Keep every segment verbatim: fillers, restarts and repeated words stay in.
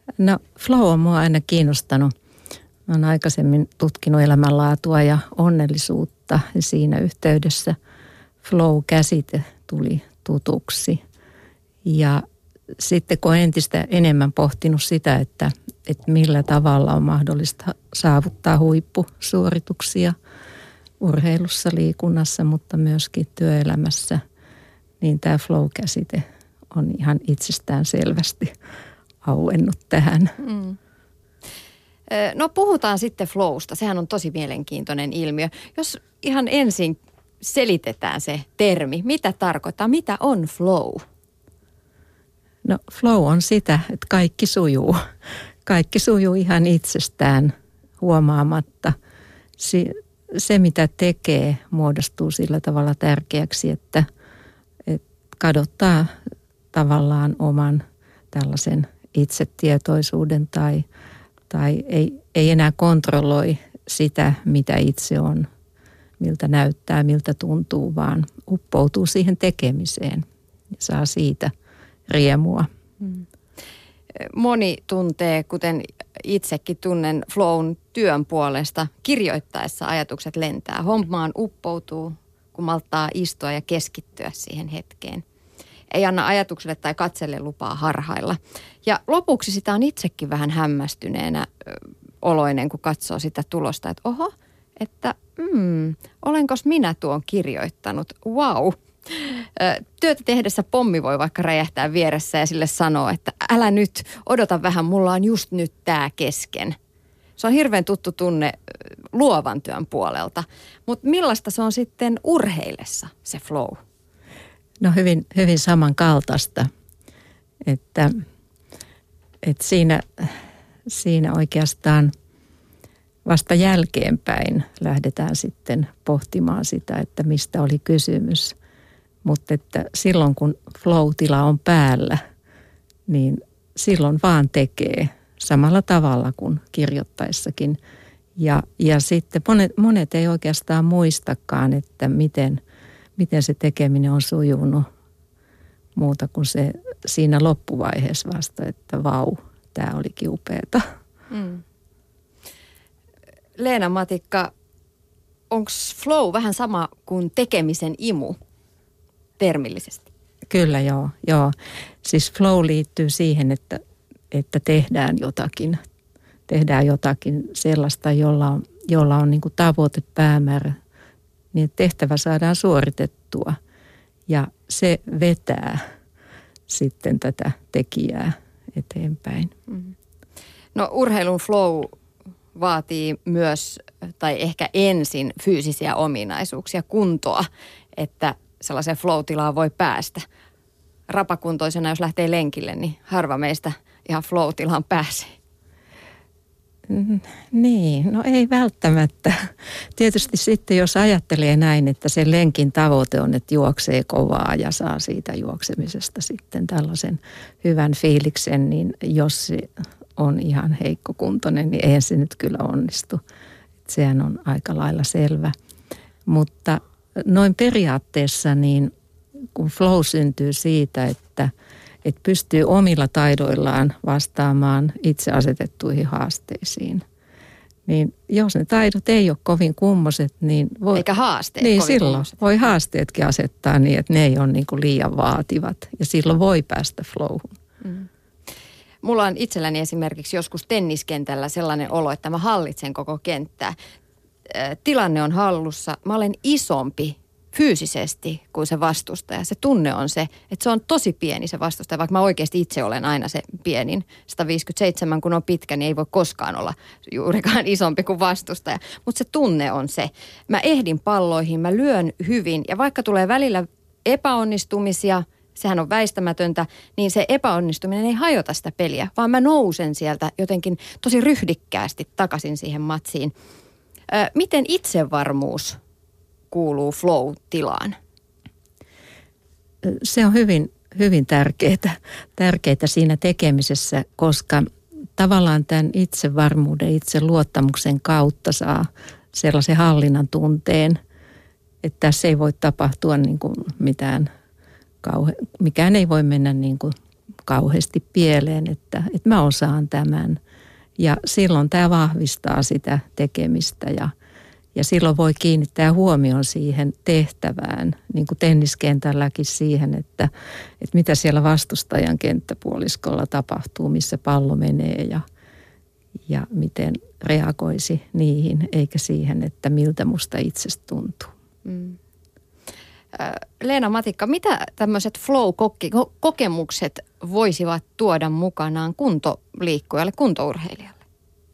No flow on mua aina kiinnostanut. Mä oon aikaisemmin tutkinut elämänlaatua ja onnellisuutta ja siinä yhteydessä flow-käsite tuli tutuksi. Ja sitten kun olen entistä enemmän pohtinut sitä, että, että millä tavalla on mahdollista saavuttaa huippusuorituksia urheilussa, liikunnassa, mutta myöskin työelämässä, niin tämä flow-käsite on ihan itsestään selvästi auennut tähän. Mm. No puhutaan sitten flowsta. Sehän on tosi mielenkiintoinen ilmiö. Jos ihan ensin selitetään se termi, mitä tarkoittaa, mitä on flow? No flow on sitä, että kaikki sujuu. Kaikki sujuu ihan itsestään huomaamatta. Se, mitä tekee, muodostuu sillä tavalla tärkeäksi, että, että kadottaa tavallaan oman tällaisen itsetietoisuuden tai, tai ei, ei enää kontrolloi sitä, mitä itse on, miltä näyttää, miltä tuntuu, vaan uppoutuu siihen tekemiseen ja saa siitä riemua. Moni tuntee, kuten itsekin tunnen flown työn puolesta, kirjoittaessa ajatukset lentää. Hommaan uppoutuu, kun malttaa istua ja keskittyä siihen hetkeen. Ei anna ajatukselle tai katselle lupaa harhailla. Ja lopuksi sitä on itsekin vähän hämmästyneenä ö, oloinen, kun katsoo sitä tulosta, että oho, että mm, olenkos minä tuon kirjoittanut, wow. Työtä tehdessä pommi voi vaikka räjähtää vieressä ja sille sanoo, että älä nyt, odota vähän, mulla on just nyt tää kesken. Se on hirveän tuttu tunne luovan työn puolelta, mutta millaista se on sitten urheilessa, se flow? No hyvin, hyvin samankaltaista, että, että siinä, siinä oikeastaan vasta jälkeenpäin lähdetään sitten pohtimaan sitä, että mistä oli kysymys. Mutta että silloin kun flow-tila on päällä, niin silloin vaan tekee samalla tavalla kuin kirjoittaessakin. Ja, ja sitten monet, monet ei oikeastaan muistakaan, että miten, miten se tekeminen on sujunut muuta kuin se siinä loppuvaiheessa vasta, että vau, tämä olikin upeata. Mm. Leena Matikka, onko flow vähän sama kuin tekemisen imu termillisesti? Kyllä joo, joo. Siis flow liittyy siihen, että, että tehdään jotakin, tehdään jotakin sellaista, jolla on, jolla on niin kuin tavoite, päämäärä, niin tehtävä saadaan suoritettua ja se vetää sitten tätä tekijää eteenpäin. No urheilun flow vaatii myös, tai ehkä ensin fyysisiä ominaisuuksia, kuntoa, että sellaiseen flow-tilaan voi päästä. Rapakuntoisena, jos lähtee lenkille, niin harva meistä ihan flow-tilaan pääsee. Niin, no ei välttämättä. Tietysti sitten, jos ajattelee näin, että se lenkin tavoite on, että juoksee kovaa ja saa siitä juoksemisesta sitten tällaisen hyvän fiiliksen, niin jos se on ihan heikkokuntoinen, niin eihän se nyt kyllä onnistu. Sehän on aika lailla selvä. Mutta noin periaatteessa niin kun flow syntyy siitä, että, että pystyy omilla taidoillaan vastaamaan itse asetettuihin haasteisiin. Niin jos ne taidot ei ole kovin kummoset, niin voi... Eikä haasteet niin kovin silloin kummoset. Voi haasteetkin asettaa niin, että ne ei ole niin kuin liian vaativat. Ja silloin voi päästä flowhun. Mm. Mulla on itselläni esimerkiksi joskus tenniskentällä sellainen olo, että mä hallitsen koko kenttää. Tilanne on hallussa. Mä olen isompi fyysisesti kuin se vastustaja. Se tunne on se, että se on tosi pieni se vastustaja, vaikka mä oikeasti itse olen aina se pienin. sata viisikymmentäseitsemän kun on pitkä, niin ei voi koskaan olla juurikaan isompi kuin vastustaja. Mutta se tunne on se. Mä ehdin palloihin, mä lyön hyvin ja vaikka tulee välillä epäonnistumisia, sehän on väistämätöntä, niin se epäonnistuminen ei hajota sitä peliä, vaan mä nousen sieltä jotenkin tosi ryhdikkäästi takaisin siihen matsiin. Ö, miten itsevarmuus kuuluu flow-tilaan? Se on hyvin, hyvin tärkeää, tärkeää siinä tekemisessä, koska tavallaan tämän itsevarmuuden, itseluottamuksen kautta saa sellaisen hallinnan tunteen, että tässä ei voi tapahtua niin kuin mitään kauhe, mikään ei voi mennä niin kuin kauheasti pieleen, että, että mä osaan tämän. Ja silloin tämä vahvistaa sitä tekemistä ja, ja silloin voi kiinnittää huomion siihen tehtävään, niin kuin tenniskentälläkin siihen, että, että mitä siellä vastustajan kenttäpuoliskolla tapahtuu, missä pallo menee ja, ja miten reagoisi niihin, eikä siihen, että miltä musta itsestä tuntuu. Mm. Leena Matikka, mitä tämmöiset flow-kokemukset voisivat tuoda mukanaan kuntoliikkujalle, kuntourheilijalle?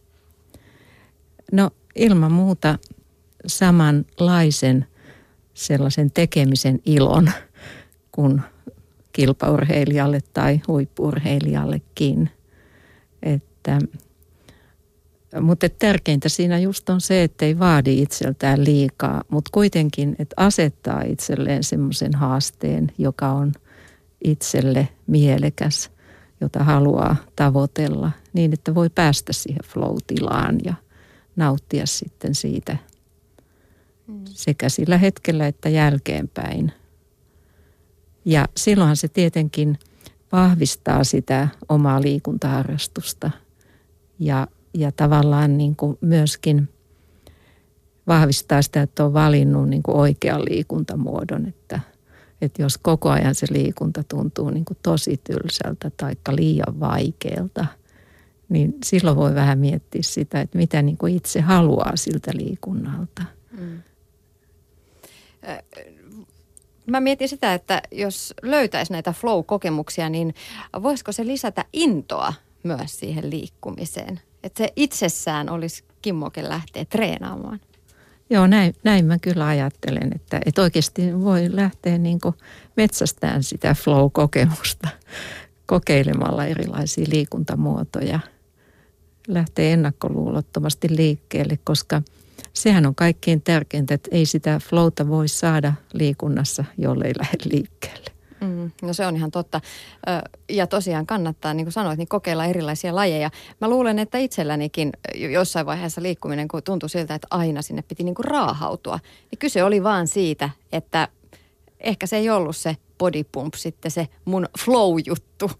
No ilman muuta samanlaisen sellaisen tekemisen ilon kuin kilpaurheilijalle tai huippu-urheilijallekin. Että, mutta tärkeintä siinä just on se, että ei vaadi itseltään liikaa, mutta kuitenkin, että asettaa itselleen semmoisen haasteen, joka on itselle mielekäs, jota haluaa tavoitella niin, että voi päästä siihen flow-tilaan ja nauttia sitten siitä sekä sillä hetkellä että jälkeenpäin. Ja silloinhan se tietenkin vahvistaa sitä omaa liikuntaharrastusta ja, ja tavallaan niin kuin myöskin vahvistaa sitä, että on valinnut niin kuin oikean liikuntamuodon, että, että jos koko ajan se liikunta tuntuu niin kuin tosi tylsältä tai liian vaikealta, niin silloin voi vähän miettiä sitä, että mitä niin kuin itse haluaa siltä liikunnalta. Mm. Mä mietin sitä, että jos löytäisi näitä flow-kokemuksia, niin voisiko se lisätä intoa myös siihen liikkumiseen? Että se itsessään olisi kimmoke lähteä treenaamaan. Joo, näin, näin mä kyllä ajattelen, että, että oikeasti voi lähteä niin kuin metsästään sitä flow-kokemusta kokeilemalla erilaisia liikuntamuotoja. Lähtee ennakkoluulottomasti liikkeelle, koska sehän on kaikkein tärkeintä, että ei sitä flowta voi saada liikunnassa, jollei lähde liikkeelle. Mm, no se on ihan totta. Ja tosiaan kannattaa, niin kuin sanoit, niin kokeilla erilaisia lajeja. Mä luulen, että itsellänikin jossain vaiheessa liikkuminen, kun tuntui siltä, että aina sinne piti niin kuin raahautua, niin kyse oli vaan siitä, että ehkä se ei ollut se body pump sitten se mun flow-juttu.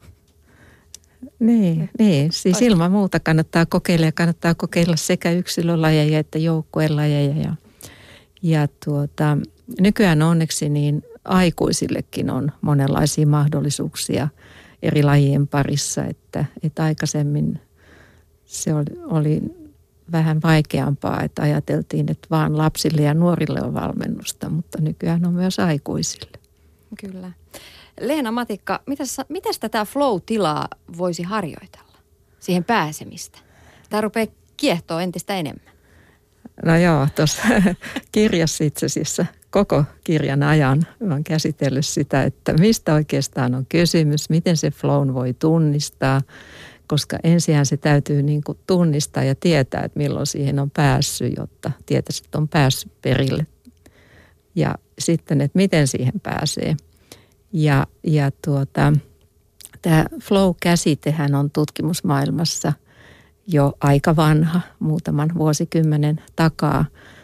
Niin, niin, siis ilman muuta kannattaa kokeilla ja kannattaa kokeilla sekä yksilölajeja että joukkuelajeja. Ja, ja tuota, nykyään onneksi niin aikuisillekin on monenlaisia mahdollisuuksia eri lajien parissa, että, että aikaisemmin se oli, oli vähän vaikeampaa, että ajateltiin, että vaan lapsille ja nuorille on valmennusta, mutta nykyään on myös aikuisille. Kyllä. Leena Matikka, mitäs, mitäs tätä flow-tilaa voisi harjoitella, siihen pääsemistä? Tämä rupeaa kiehtoa entistä enemmän. No joo, tuossa kirjassa itse asiassa koko kirjan ajan olen käsitellyt sitä, että mistä oikeastaan on kysymys, miten se flown voi tunnistaa, koska ensinhän se täytyy niin kuin tunnistaa ja tietää, että milloin siihen on päässyt, jotta tietäisi, että on päässyt perille. Ja sitten, että miten siihen pääsee. Ja, ja tuota, tämä flow-käsitehän on tutkimusmaailmassa jo aika vanha, muutaman vuosikymmenen takaa.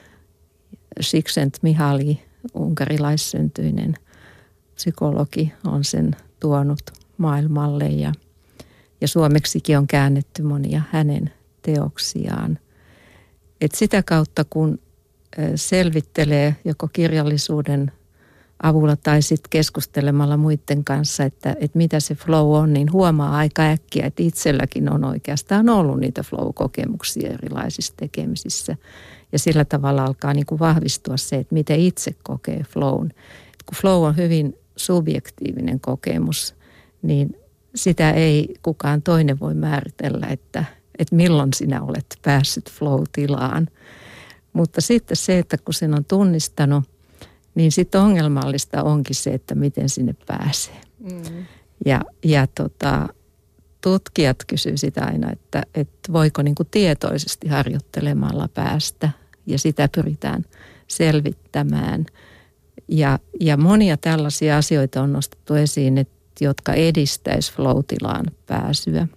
Csikszentmihalyi, unkarilaissyntyinen psykologi, on sen tuonut maailmalle ja, ja suomeksikin on käännetty monia hänen teoksiaan. Et sitä kautta, kun selvittelee joko kirjallisuuden avulla tai sitten keskustelemalla muiden kanssa, että, että mitä se flow on, niin huomaa aika äkkiä, että itselläkin on oikeastaan ollut niitä flow-kokemuksia erilaisissa tekemisissä. Ja sillä tavalla alkaa niin kuin vahvistua se, että miten itse kokee flown. Et kun flow on hyvin subjektiivinen kokemus, niin sitä ei kukaan toinen voi määritellä, että, että milloin sinä olet päässyt flow-tilaan. Mutta sitten se, että kun sen on tunnistanut, niin sitten ongelmallista onkin se, että miten sinne pääsee. Mm. Ja, ja tota, tutkijat kysyvät sitä aina, että, että voiko niinku tietoisesti harjoittelemalla päästä. Ja sitä pyritään selvittämään. Ja, ja monia tällaisia asioita on nostettu esiin, että, jotka edistäisi flow-tilaan pääsyä.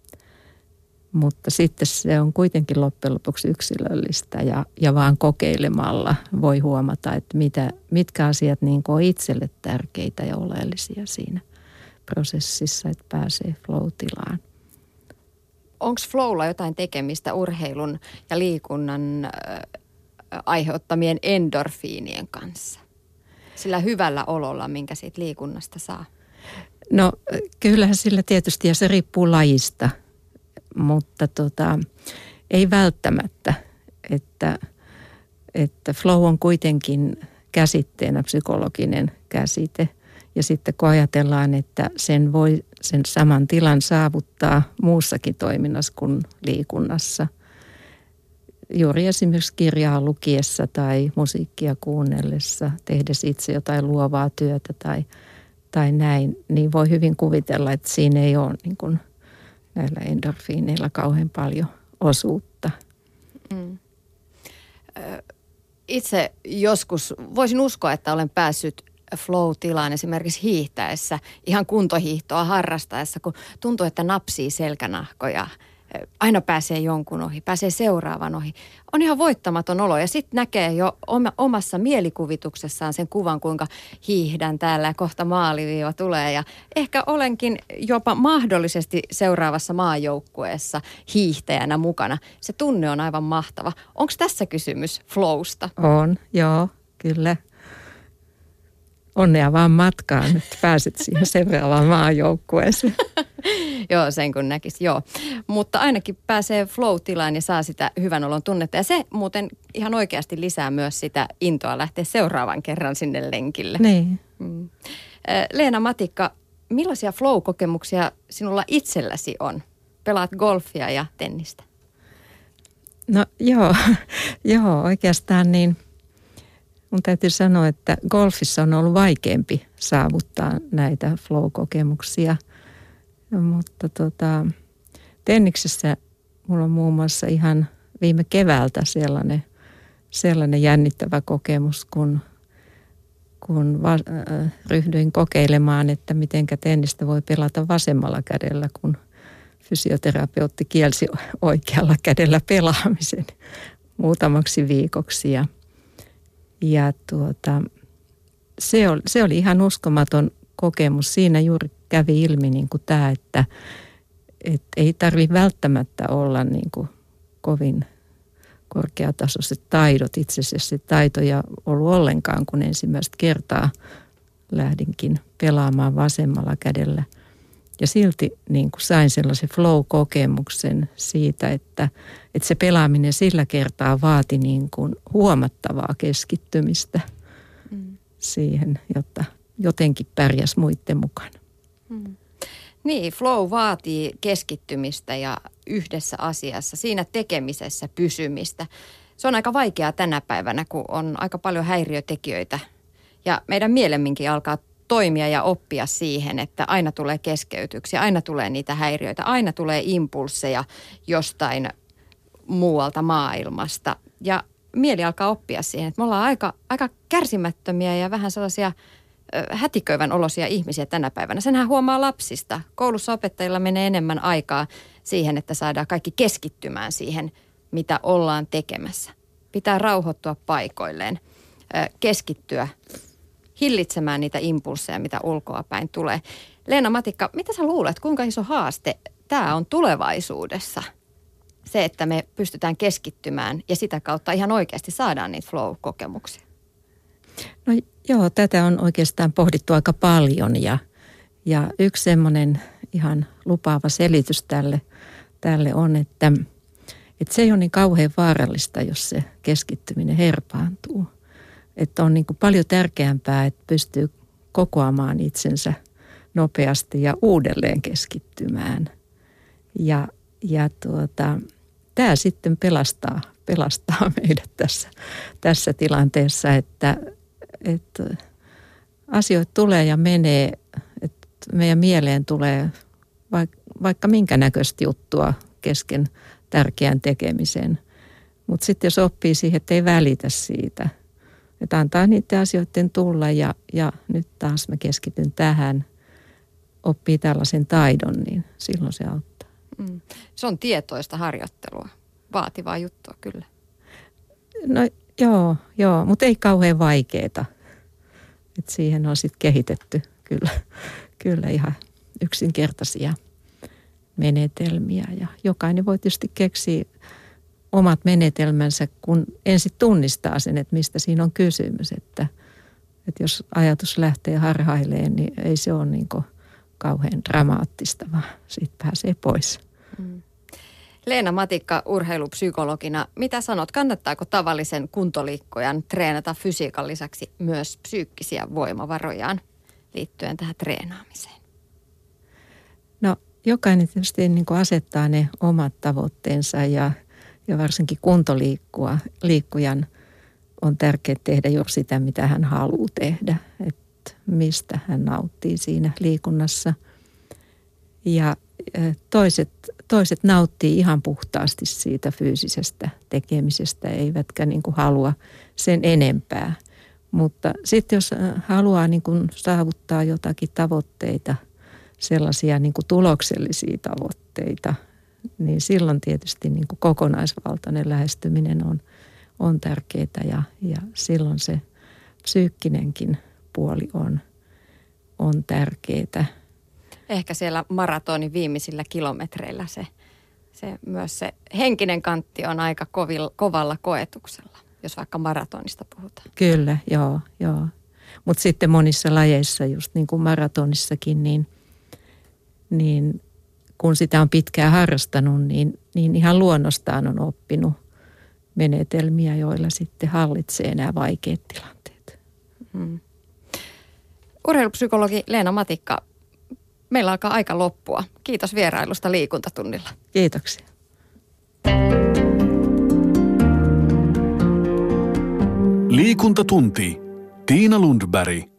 Mutta sitten se on kuitenkin loppujen lopuksi yksilöllistä ja, ja vaan kokeilemalla voi huomata, että mitä, mitkä asiat niin kuin on itselle tärkeitä ja oleellisia siinä prosessissa, että pääsee flow-tilaan. Onko flowlla jotain tekemistä urheilun ja liikunnan äh, aiheuttamien endorfiinien kanssa? Sillä hyvällä ololla, minkä siitä liikunnasta saa? No kyllähän sillä tietysti, ja se riippuu lajista, mutta tota, ei välttämättä, että, että flow on kuitenkin käsitteenä psykologinen käsite. Ja sitten kun ajatellaan, että sen voi sen saman tilan saavuttaa muussakin toiminnassa kuin liikunnassa, juuri esimerkiksi kirjaa lukiessa tai musiikkia kuunnellessa, tehdessä itse jotain luovaa työtä tai, tai näin, niin voi hyvin kuvitella, että siinä ei ole niin kuin näillä endorfiineilla kauhean paljon osuutta. Mm. Itse joskus voisin uskoa, että olen päässyt flow-tilaan esimerkiksi hiihtäessä, ihan kuntohiihtoa harrastaessa, kun tuntuu, että napsii selkänahkoja. Aina pääsee jonkun ohi, pääsee seuraavan ohi. On ihan voittamaton olo ja sitten näkee jo omassa mielikuvituksessaan sen kuvan, kuinka hiihdän täällä ja kohta maaliviiva tulee. Ja ehkä olenkin jopa mahdollisesti seuraavassa maajoukkueessa hiihtäjänä mukana. Se tunne on aivan mahtava. Onko tässä kysymys flowsta? On, joo, kyllä. Onnea vaan matkaan, että pääset siihen seuraavaan maajoukkueeseen. Joo, sen kun näkisi, joo. Mutta ainakin pääsee flow-tilaan ja saa sitä hyvän olon tunnetta. Ja se muuten ihan oikeasti lisää myös sitä intoa lähteä seuraavan kerran sinne lenkille. Niin. Mm. Leena Matikka, millaisia flow-kokemuksia sinulla itselläsi on? Pelaat golfia ja tennistä. No joo, joo oikeastaan niin. Mun täytyy sanoa, että golfissa on ollut vaikeampi saavuttaa näitä flow-kokemuksia, mutta tota, tenniksessä mulla on muun muassa ihan viime keväältä sellainen, sellainen jännittävä kokemus, kun, kun va, äh, ryhdyin kokeilemaan, että mitenkä tennistä voi pelata vasemmalla kädellä, kun fysioterapeutti kielsi oikealla kädellä pelaamisen muutamaksi viikoksi ja Ja tuota, se, oli, se oli ihan uskomaton kokemus. Siinä juuri kävi ilmi niin kuin tämä, että et ei tarvitse välttämättä olla niin kuin kovin korkeatasoiset taidot. Itse asiassa se taitoja ollut ollenkaan, kun ensimmäistä kertaa lähdinkin pelaamaan vasemmalla kädellä. Ja silti niin kuin sain sellaisen flow-kokemuksen siitä, että, että se pelaaminen sillä kertaa vaati niin kuin huomattavaa keskittymistä mm. siihen, jotta jotenkin pärjäs muiden mukana. Mm. Niin, flow vaatii keskittymistä ja yhdessä asiassa, siinä tekemisessä pysymistä. Se on aika vaikeaa tänä päivänä, kun on aika paljon häiriötekijöitä ja meidän mielemminkin alkaa toimia ja oppia siihen, että aina tulee keskeytyksiä, aina tulee niitä häiriöitä, aina tulee impulsseja jostain muualta maailmasta. Ja mieli alkaa oppia siihen, että me ollaan aika, aika kärsimättömiä ja vähän sellaisia ö, hätiköivän olosia ihmisiä tänä päivänä. Senhän huomaa lapsista. Koulussa opettajilla menee enemmän aikaa siihen, että saadaan kaikki keskittymään siihen, mitä ollaan tekemässä. Pitää rauhoittua paikoilleen, ö, keskittyä hillitsemään niitä impulseja, mitä ulkoa päin tulee. Leena Matikka, mitä sä luulet, kuinka iso haaste tämä on tulevaisuudessa? Se, että me pystytään keskittymään ja sitä kautta ihan oikeasti saadaan niitä flow-kokemuksia. No joo, tätä on oikeastaan pohdittu aika paljon ja, ja yksi semmoinen ihan lupaava selitys tälle, tälle on, että, että se ei ole niin kauhean vaarallista, jos se keskittyminen herpaantuu. Että on niin kuin paljon tärkeämpää, että pystyy kokoamaan itsensä nopeasti ja uudelleen keskittymään. Ja, ja tuota, tämä sitten pelastaa, pelastaa meidät tässä, tässä tilanteessa, että, että asioita tulee ja menee, että meidän mieleen tulee vaikka, vaikka minkä näköistä juttua kesken tärkeän tekemisen. Mutta sitten jos oppii siihen, että ei välitä siitä, että antaa niiden asioiden tulla ja, ja nyt taas mä keskityn tähän, oppii tällaisen taidon, niin silloin se auttaa. Mm. Se on tietoista harjoittelua, vaativaa juttua kyllä. No joo, joo, mutta ei kauhean vaikeeta. Et siihen on sitten kehitetty kyllä, kyllä ihan yksinkertaisia menetelmiä. Ja jokainen voi tietysti keksiä omat menetelmänsä, kun ensin tunnistaa sen, että mistä siinä on kysymys. Että, että jos ajatus lähtee harhailemaan, niin ei se ole niin kuin kauhean dramaattista, vaan siitä pääsee pois. Mm. Leena Matikka urheilupsykologina, mitä sanot, kannattaako tavallisen kuntoliikkujan treenata fysiikan lisäksi myös psyykkisiä voimavarojaan liittyen tähän treenaamiseen? No jokainen tietysti niin kuin asettaa ne omat tavoitteensa ja, ja varsinkin kuntoliikkujan on tärkeää tehdä juuri sitä, mitä hän haluaa tehdä, että mistä hän nauttii siinä liikunnassa. Ja toiset, toiset nauttii ihan puhtaasti siitä fyysisestä tekemisestä, eivätkä niin kuin halua sen enempää. Mutta sitten jos haluaa niin kuin saavuttaa jotakin tavoitteita, sellaisia niin kuin tuloksellisia tavoitteita, niin silloin tietysti niin kuin kokonaisvaltainen lähestyminen on, on tärkeää ja, ja silloin se psyykkinenkin puoli on, on tärkeää. Ehkä siellä maratonin viimeisillä kilometreillä se, se myös se henkinen kantti on aika kovilla, kovalla koetuksella, jos vaikka maratonista puhutaan. Kyllä, joo, joo. Mutta sitten monissa lajeissa, just niin kuin maratonissakin, niin, niin kun sitä on pitkään harrastanut, niin, niin ihan luonnostaan on oppinut menetelmiä, joilla sitten hallitsee nämä vaikeat tilanteet. Hmm. Urheilupsykologi Leena Matikka, meillä alkaa aika loppua. Kiitos vierailusta liikuntatunnilla. Kiitoksia. Liikuntatunti. Tiina Lundberg.